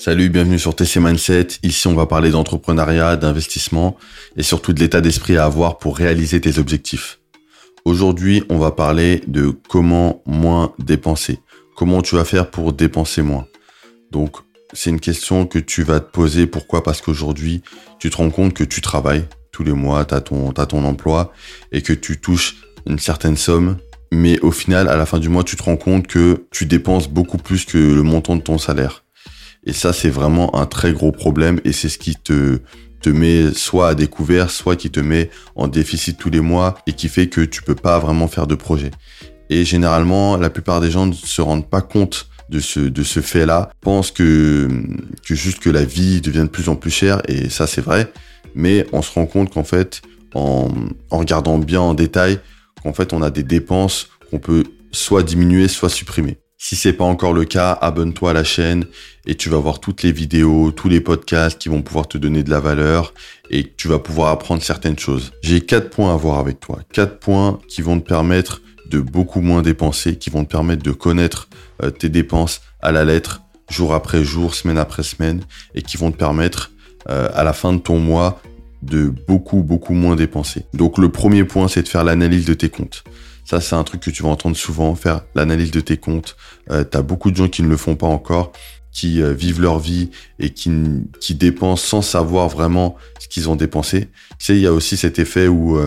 Salut, bienvenue sur TC Mindset. Ici, on va parler d'entrepreneuriat, d'investissement et surtout de l'état d'esprit à avoir pour réaliser tes objectifs. Aujourd'hui, on va parler de comment moins dépenser. Comment tu vas faire pour dépenser moins. Donc, c'est une question que tu vas te poser. Pourquoi ? Parce qu'aujourd'hui, tu te rends compte que tu travailles tous les mois, t'as ton emploi et que tu touches une certaine somme. Mais au final, à la fin du mois, tu te rends compte que tu dépenses beaucoup plus que le montant de ton salaire. Et ça, c'est vraiment un très gros problème et c'est ce qui te met soit à découvert, soit qui te met en déficit tous les mois et qui fait que tu peux pas vraiment faire de projet. Et généralement, la plupart des gens ne se rendent pas compte de ce fait-là, pensent que juste que la vie devient de plus en plus chère et ça, c'est vrai. Mais on se rend compte qu'en fait, en regardant bien en détail, qu'en fait, on a des dépenses qu'on peut soit diminuer, soit supprimer. Si c'est pas encore le cas, abonne-toi à la chaîne et tu vas voir toutes les vidéos, tous les podcasts qui vont pouvoir te donner de la valeur et tu vas pouvoir apprendre certaines choses. J'ai 4 points à voir avec toi. 4 points qui vont te permettre de beaucoup moins dépenser, qui vont te permettre de connaître tes dépenses à la lettre, jour après jour, semaine après semaine et qui vont te permettre à la fin de ton mois de beaucoup moins dépenser. Donc le premier point, c'est de faire l'analyse de tes comptes. Ça, c'est un truc que tu vas entendre souvent, faire l'analyse de tes comptes. T'as beaucoup de gens qui ne le font pas encore, qui vivent leur vie et qui dépensent sans savoir vraiment ce qu'ils ont dépensé. Tu sais, il y a aussi cet effet où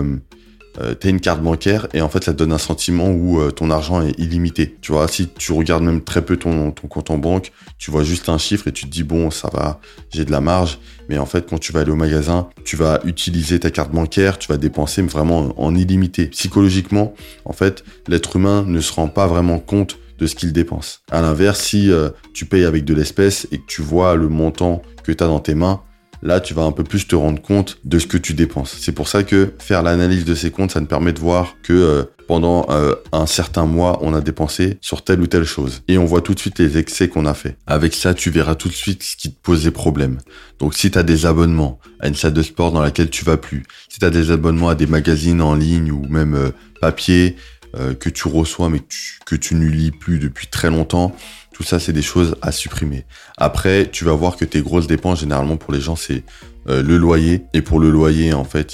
t'as une carte bancaire et en fait, ça te donne un sentiment où ton argent est illimité. Tu vois, si tu regardes même très peu ton compte en banque, tu vois juste un chiffre et tu te dis, bon, ça va, j'ai de la marge. Mais en fait, quand tu vas aller au magasin, tu vas utiliser ta carte bancaire, tu vas dépenser vraiment en illimité. Psychologiquement, en fait, l'être humain ne se rend pas vraiment compte de ce qu'il dépense. À l'inverse, si tu payes avec de l'espèce et que tu vois le montant que tu as dans tes mains, là, tu vas un peu plus te rendre compte de ce que tu dépenses. C'est pour ça que faire l'analyse de ces comptes, ça te permet de voir que pendant un certain mois, on a dépensé sur telle ou telle chose. Et on voit tout de suite les excès qu'on a fait. Avec ça, tu verras tout de suite ce qui te pose des problèmes. Donc, si tu as des abonnements à une salle de sport dans laquelle tu vas plus, si tu as des abonnements à des magazines en ligne ou même papier que tu reçois mais que tu ne lis plus depuis très longtemps, tout ça, c'est des choses à supprimer. Après, tu vas voir que tes grosses dépenses, généralement, pour les gens, c'est le loyer. Et pour le loyer, en fait,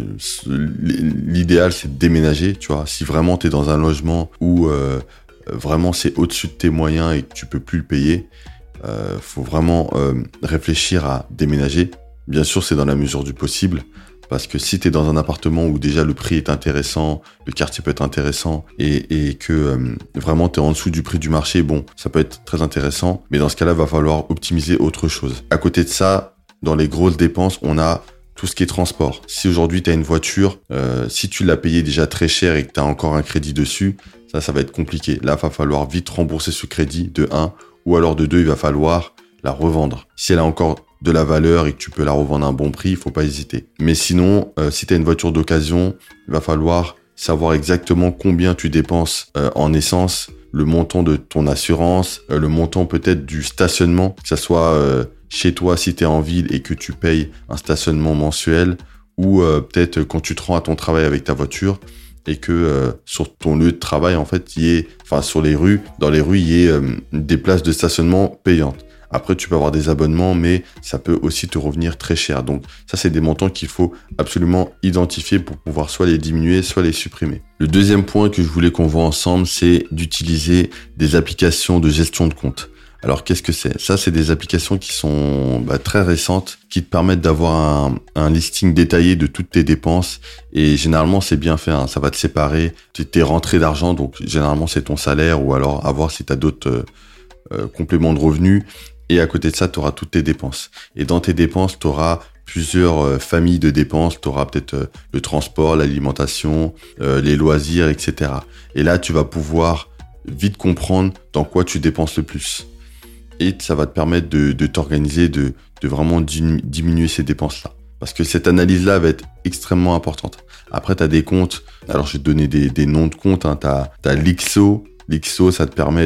l'idéal, c'est de déménager, tu vois. Si vraiment tu es dans un logement où vraiment c'est au-dessus de tes moyens et que tu peux plus le payer, faut vraiment réfléchir à déménager. Bien sûr, c'est dans la mesure du possible. Parce que si tu es dans un appartement où déjà le prix est intéressant, le quartier peut être intéressant et que vraiment tu es en dessous du prix du marché, bon, ça peut être très intéressant. Mais dans ce cas-là, il va falloir optimiser autre chose. À côté de ça, dans les grosses dépenses, on a tout ce qui est transport. Si aujourd'hui tu as une voiture, si tu l'as payée déjà très cher et que tu as encore un crédit dessus, ça va être compliqué. Là, il va falloir vite rembourser ce crédit de 1 ou alors de 2, il va falloir la revendre. Si elle a encore de la valeur et que tu peux la revendre à un bon prix, il faut pas hésiter. Mais sinon, si tu as une voiture d'occasion, il va falloir savoir exactement combien tu dépenses en essence, le montant de ton assurance, le montant peut-être du stationnement, que ça soit chez toi si tu es en ville et que tu payes un stationnement mensuel ou peut-être quand tu te rends à ton travail avec ta voiture et que sur ton lieu de travail, en fait, sur les rues, dans les rues, il y ait des places de stationnement payantes. Après, tu peux avoir des abonnements, mais ça peut aussi te revenir très cher. Donc, ça, c'est des montants qu'il faut absolument identifier pour pouvoir soit les diminuer, soit les supprimer. Le deuxième point que je voulais qu'on voit ensemble, c'est d'utiliser des applications de gestion de compte. Alors, qu'est-ce que c'est ? Ça, c'est des applications qui sont très récentes, qui te permettent d'avoir un listing détaillé de toutes tes dépenses. Et généralement, c'est bien fait. Ça va te séparer tes rentrées d'argent. Donc, généralement, c'est ton salaire ou alors à voir si tu as d'autres compléments de revenus. Et à côté de ça, tu auras toutes tes dépenses. Et dans tes dépenses, tu auras plusieurs familles de dépenses. Tu auras peut-être le transport, l'alimentation, les loisirs, etc. Et là, tu vas pouvoir vite comprendre dans quoi tu dépenses le plus. Et ça va te permettre de t'organiser, de vraiment diminuer ces dépenses-là. Parce que cette analyse-là va être extrêmement importante. Après, tu as des comptes. Alors, je vais te donner des noms de comptes. Tu as l'IXO. L'IXO, ça te permet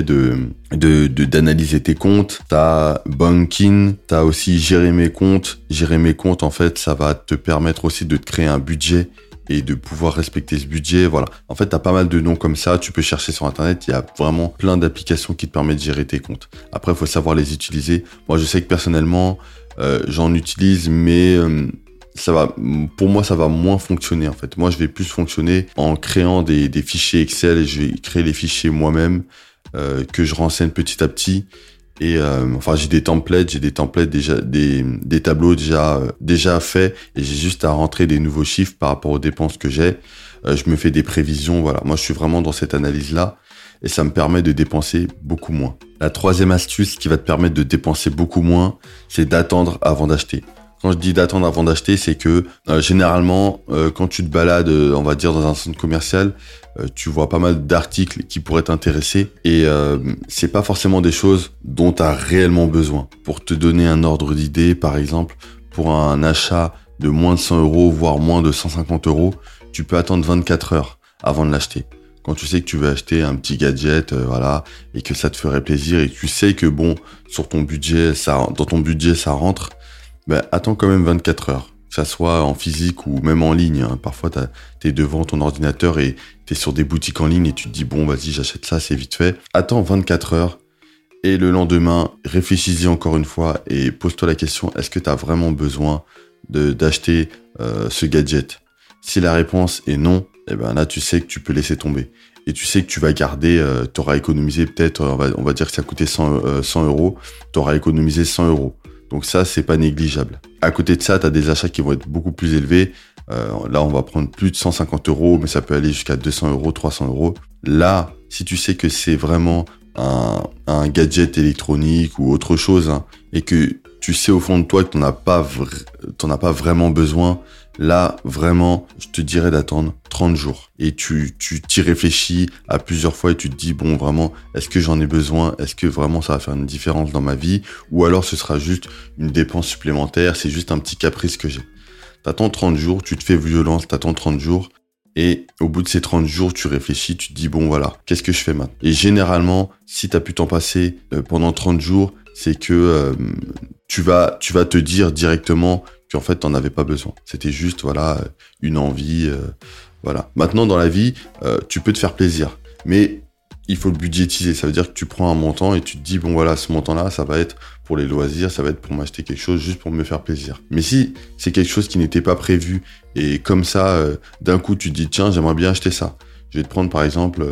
d'analyser tes comptes. T'as Banking, t'as aussi Gérer mes comptes. Gérer mes comptes, en fait, ça va te permettre aussi de te créer un budget et de pouvoir respecter ce budget. Voilà. En fait, tu as pas mal de noms comme ça. Tu peux chercher sur Internet. Il y a vraiment plein d'applications qui te permettent de gérer tes comptes. Après, il faut savoir les utiliser. Moi, je sais que personnellement, j'en utilise, mais pour moi, ça va moins fonctionner en fait. Moi, je vais plus fonctionner en créant des fichiers Excel et je vais créer les fichiers moi-même que je renseigne petit à petit. Et j'ai des templates déjà, des tableaux déjà faits et j'ai juste à rentrer des nouveaux chiffres par rapport aux dépenses que j'ai. Je me fais des prévisions, voilà. Moi, je suis vraiment dans cette analyse-là et ça me permet de dépenser beaucoup moins. La troisième astuce qui va te permettre de dépenser beaucoup moins, c'est d'attendre avant d'acheter. Quand je dis d'attendre avant d'acheter, c'est que généralement, quand tu te balades, on va dire dans un centre commercial, tu vois pas mal d'articles qui pourraient t'intéresser et c'est pas forcément des choses dont tu as réellement besoin. Pour te donner un ordre d'idée, par exemple, pour un achat de moins de 100 euros, voire moins de 150 euros, tu peux attendre 24 heures avant de l'acheter. Quand tu sais que tu veux acheter un petit gadget, et que ça te ferait plaisir et que tu sais que bon, sur ton budget, dans ton budget, ça rentre, attends quand même 24 heures. Que ça soit en physique ou même en ligne. Hein. Parfois, t'es devant ton ordinateur et t'es sur des boutiques en ligne et tu te dis, bon, vas-y, j'achète ça, c'est vite fait. Attends 24 heures et le lendemain, réfléchis-y encore une fois et pose-toi la question, est-ce que t'as vraiment besoin d'acheter ce gadget? Si la réponse est non, là, tu sais que tu peux laisser tomber. Et tu sais que tu vas garder, t'auras économisé peut-être, on va dire que ça coûtait 100 euros, t'auras économisé 100 euros. Donc ça, c'est pas négligeable. À côté de ça, tu as des achats qui vont être beaucoup plus élevés. Là, on va prendre plus de 150 euros, mais ça peut aller jusqu'à 200 euros, 300 euros. Là, si tu sais que c'est vraiment un gadget électronique ou autre chose, hein, et que tu sais au fond de toi que t'en as pas vraiment besoin, là, vraiment, je te dirais d'attendre 30 jours. Et tu t'y réfléchis à plusieurs fois et tu te dis, bon, vraiment, est-ce que j'en ai besoin? Est-ce que vraiment ça va faire une différence dans ma vie? Ou alors ce sera juste une dépense supplémentaire, c'est juste un petit caprice que j'ai. T'attends 30 jours, tu te fais violence, t'attends 30 jours. Et au bout de ces 30 jours, tu réfléchis, tu te dis, bon, voilà, qu'est-ce que je fais maintenant? Et généralement, si t'as pu t'en passer pendant 30 jours, c'est que tu vas te dire directement qu'en fait, t'en avais pas besoin. C'était juste, une envie, Maintenant, dans la vie, tu peux te faire plaisir, mais il faut le budgétiser. Ça veut dire que tu prends un montant et tu te dis, bon, voilà, ce montant-là, ça va être pour les loisirs, ça va être pour m'acheter quelque chose juste pour me faire plaisir. Mais si c'est quelque chose qui n'était pas prévu et comme ça, d'un coup, tu te dis, tiens, j'aimerais bien acheter ça. Je vais te prendre par exemple,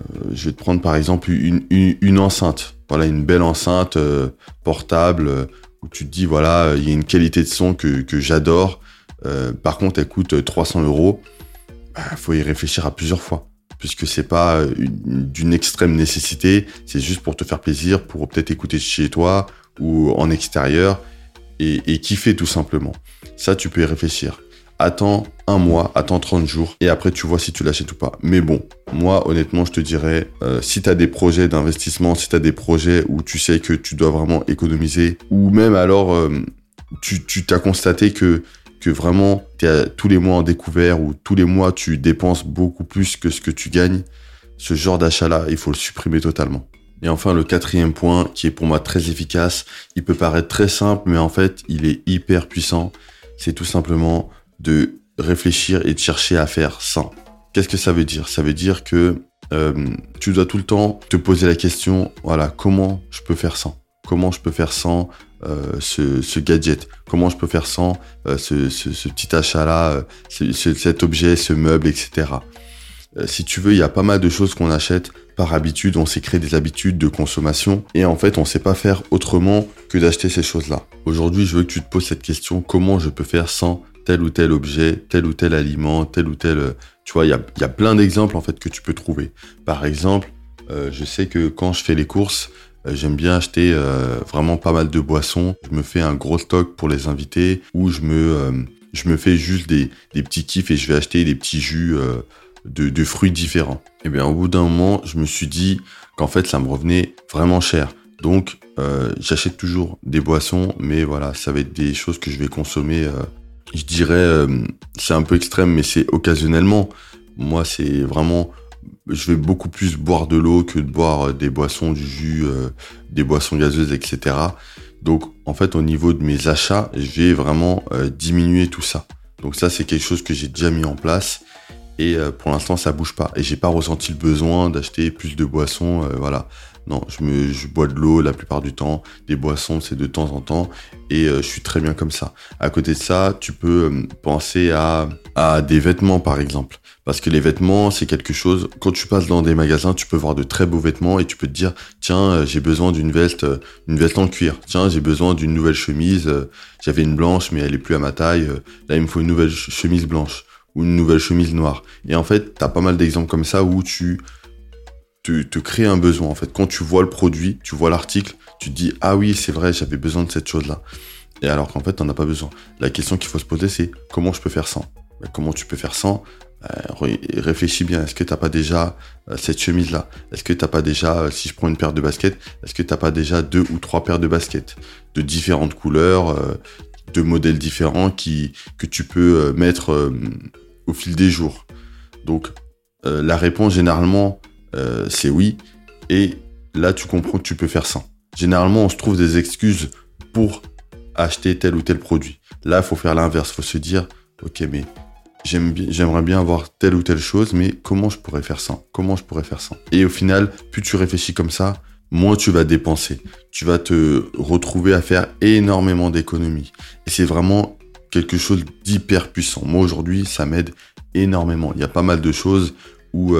une enceinte. Voilà, une belle enceinte portable où tu te dis, voilà, il y a une qualité de son que j'adore. Par contre, elle coûte 300 euros. Faut y réfléchir à plusieurs fois. Puisque c'est pas d'une extrême nécessité, c'est juste pour te faire plaisir, pour peut-être écouter chez toi ou en extérieur et kiffer tout simplement. Ça, tu peux y réfléchir. Attends un mois, attends 30 jours et après tu vois si tu l'achètes ou pas. Mais bon, moi honnêtement, je te dirais, si tu as des projets d'investissement, si tu as des projets où tu sais que tu dois vraiment économiser ou même alors tu t'as constaté que vraiment, tu es tous les mois en découvert ou tous les mois, tu dépenses beaucoup plus que ce que tu gagnes, ce genre d'achat-là, il faut le supprimer totalement. Et enfin, le quatrième point, qui est pour moi très efficace, il peut paraître très simple, mais en fait, il est hyper puissant. C'est tout simplement de réfléchir et de chercher à faire sans. Qu'est-ce que ça veut dire? Ça veut dire que tu dois tout le temps te poser la question, comment je peux faire sans? Comment je peux faire sans ce gadget? Comment je peux faire sans ce petit achat-là, cet objet, ce meuble, etc. Si tu veux, il y a pas mal de choses qu'on achète par habitude. On s'est créé des habitudes de consommation et en fait, on sait pas faire autrement que d'acheter ces choses-là. Aujourd'hui, je veux que tu te poses cette question, comment je peux faire sans tel ou tel objet, tel ou tel aliment, tel ou tel... Tu vois, il y a plein d'exemples en fait que tu peux trouver. Par exemple, je sais que quand je fais les courses, j'aime bien acheter vraiment pas mal de boissons. Je me fais un gros stock pour les invités ou je me fais juste des petits kiffs et je vais acheter des petits jus de fruits différents. Et bien au bout d'un moment, je me suis dit qu'en fait ça me revenait vraiment cher. Donc j'achète toujours des boissons, mais voilà, ça va être des choses que je vais consommer. Je dirais, c'est un peu extrême, mais c'est occasionnellement. Moi, c'est vraiment... Je vais beaucoup plus boire de l'eau que de boire des boissons, du jus, des boissons gazeuses, etc. Donc, en fait, au niveau de mes achats, je vais vraiment diminuer tout ça. Donc ça, c'est quelque chose que j'ai déjà mis en place. Et pour l'instant, ça bouge pas. Et j'ai pas ressenti le besoin d'acheter plus de boissons, voilà. Non, je bois de l'eau la plupart du temps. Des boissons, c'est de temps en temps. Et je suis très bien comme ça. À côté de ça, tu peux penser à des vêtements, par exemple. Parce que les vêtements, c'est quelque chose... Quand tu passes dans des magasins, tu peux voir de très beaux vêtements et tu peux te dire, tiens, j'ai besoin d'une veste en cuir. Tiens, j'ai besoin d'une nouvelle chemise. J'avais une blanche, mais elle est plus à ma taille. Là, il me faut une nouvelle chemise blanche ou une nouvelle chemise noire. Et en fait, t'as pas mal d'exemples comme ça où tu te crées un besoin. En fait, quand tu vois le produit, tu vois l'article, tu te dis, ah oui, c'est vrai, j'avais besoin de cette chose-là. Et alors qu'en fait, t'en as pas besoin. La question qu'il faut se poser, c'est comment je peux faire sans? Comment tu peux faire sans? Réfléchis bien. Est-ce que t'as pas déjà cette chemise-là? Est-ce que t'as pas déjà, si je prends une paire de baskets, est-ce que t'as pas déjà 2 ou 3 paires de baskets de différentes couleurs, de modèles différents que tu peux mettre au fil des jours? Donc, la réponse généralement, c'est oui. Et là, tu comprends que tu peux faire sans. Généralement, on se trouve des excuses pour acheter tel ou tel produit. Là, il faut faire l'inverse. Il faut se dire, ok, mais j'aimerais bien avoir telle ou telle chose, mais comment je pourrais faire sans? Comment je pourrais faire sans? Et au final, plus tu réfléchis comme ça, moins tu vas dépenser. Tu vas te retrouver à faire énormément d'économies. Et c'est vraiment quelque chose d'hyper puissant. Moi, aujourd'hui, ça m'aide énormément. Il y a pas mal de choses où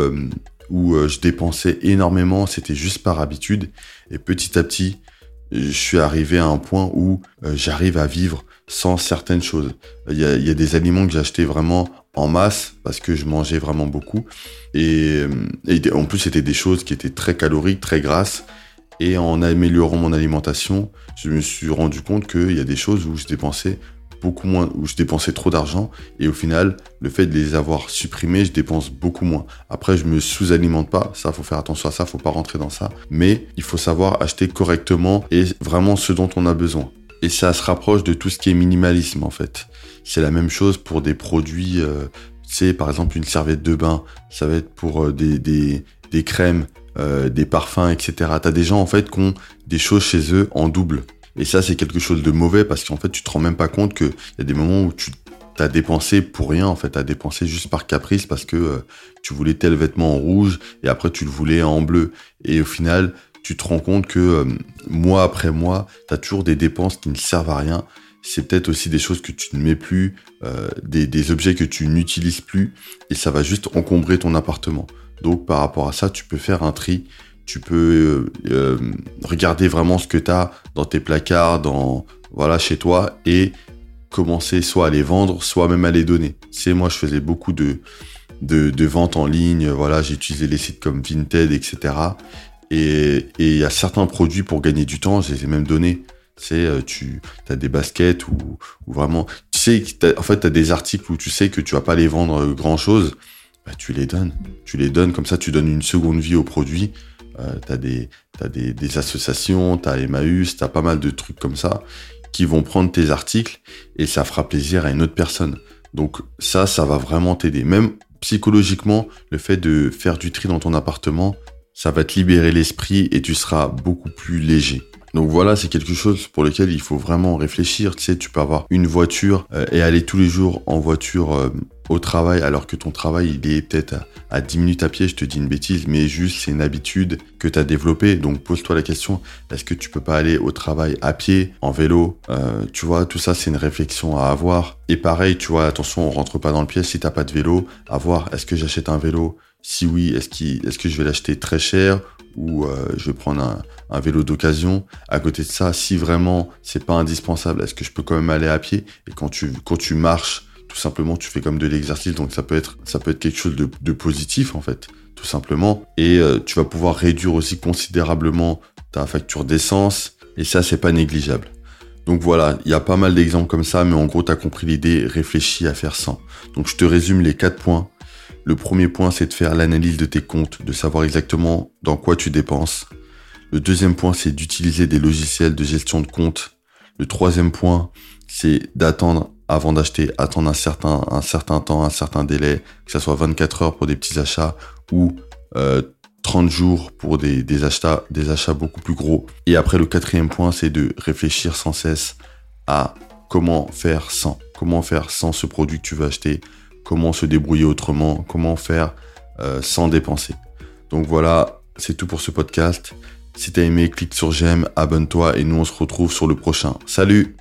je dépensais énormément, c'était juste par habitude. Et petit à petit, je suis arrivé à un point où j'arrive à vivre sans certaines choses. Il y a des aliments que j'achetais vraiment en masse parce que je mangeais vraiment beaucoup. Et en plus, c'était des choses qui étaient très caloriques, très grasses. Et en améliorant mon alimentation, je me suis rendu compte qu'il y a des choses où je dépensais beaucoup moins, où je dépensais trop d'argent. Et au final, le fait de les avoir supprimés, je dépense beaucoup moins. Après, je me sous-alimente pas. Ça, faut faire attention à ça. Faut pas rentrer dans ça. Mais il faut savoir acheter correctement et vraiment ce dont on a besoin. Et ça se rapproche de tout ce qui est minimalisme, en fait. C'est la même chose pour des produits, tu sais, par exemple, une serviette de bain. Ça va être pour des crèmes, des parfums, etc. T'as des gens, en fait, qui ont des choses chez eux en double. Et ça, c'est quelque chose de mauvais parce qu'en fait, tu te rends même pas compte qu'il y a des moments où tu t'as dépensé pour rien, en fait. T'as dépensé juste par caprice parce que tu voulais tel vêtement en rouge et après, tu le voulais en bleu. Et au final, tu te rends compte que mois après mois, t'as toujours des dépenses qui ne servent à rien. C'est peut-être aussi des choses que tu ne mets plus, des objets que tu n'utilises plus et ça va juste encombrer ton appartement. Donc, par rapport à ça, tu peux faire un tri. Tu peux regarder vraiment ce que tu as dans tes placards, chez toi, et commencer soit à les vendre, soit même à les donner. Tu sais, moi, je faisais beaucoup de ventes en ligne. Voilà, j'ai utilisé les sites comme Vinted, etc. Et il y a certains produits pour gagner du temps, je les ai même donnés. Tu sais, tu as des baskets ou vraiment... Tu sais, en fait, tu as des articles où tu sais que tu vas pas les vendre grand-chose. Bah, tu les donnes. Tu les donnes, comme ça, tu donnes une seconde vie au produit. T'as des associations, t'as Emmaüs, t'as pas mal de trucs comme ça qui vont prendre tes articles et ça fera plaisir à une autre personne. Donc ça va vraiment t'aider. Même psychologiquement, le fait de faire du tri dans ton appartement, ça va te libérer l'esprit et tu seras beaucoup plus léger. Donc voilà, c'est quelque chose pour lequel il faut vraiment réfléchir. Tu sais, tu peux avoir une voiture et aller tous les jours en voiture au travail, alors que ton travail, il est peut-être à 10 minutes à pied, je te dis une bêtise, mais juste, c'est une habitude que tu as développée. Donc pose-toi la question, est-ce que tu peux pas aller au travail à pied, en vélo? Tu vois, tout ça, c'est une réflexion à avoir. Et pareil, tu vois, attention, on rentre pas dans le piège si t'as pas de vélo. À voir, est-ce que j'achète un vélo? Si oui, est-ce que je vais l'acheter très cher ou je vais prendre un vélo d'occasion? À côté de ça, si vraiment c'est pas indispensable, est-ce que je peux quand même aller à pied? Et quand tu marches, tout simplement, tu fais comme de l'exercice, donc ça peut être quelque chose de positif en fait, tout simplement. Et tu vas pouvoir réduire aussi considérablement ta facture d'essence, et ça, c'est pas négligeable. Donc voilà, il y a pas mal d'exemples comme ça, mais en gros, tu as compris l'idée, réfléchis à faire sans. Donc je te résume les 4 points. Le premier point, c'est de faire l'analyse de tes comptes, de savoir exactement dans quoi tu dépenses. Le deuxième point, c'est d'utiliser des logiciels de gestion de compte. Le troisième point, c'est d'attendre avant d'acheter, attendre un certain temps, un certain délai, que ça soit 24 heures pour des petits achats ou 30 jours pour des achats beaucoup plus gros. Et après, le quatrième point, c'est de réfléchir sans cesse à comment faire sans. comment faire sans ce produit que tu veux acheter, comment se débrouiller autrement, comment faire sans dépenser. Donc voilà, c'est tout pour ce podcast. Si t'as aimé, clique sur j'aime, abonne-toi et nous on se retrouve sur le prochain. Salut!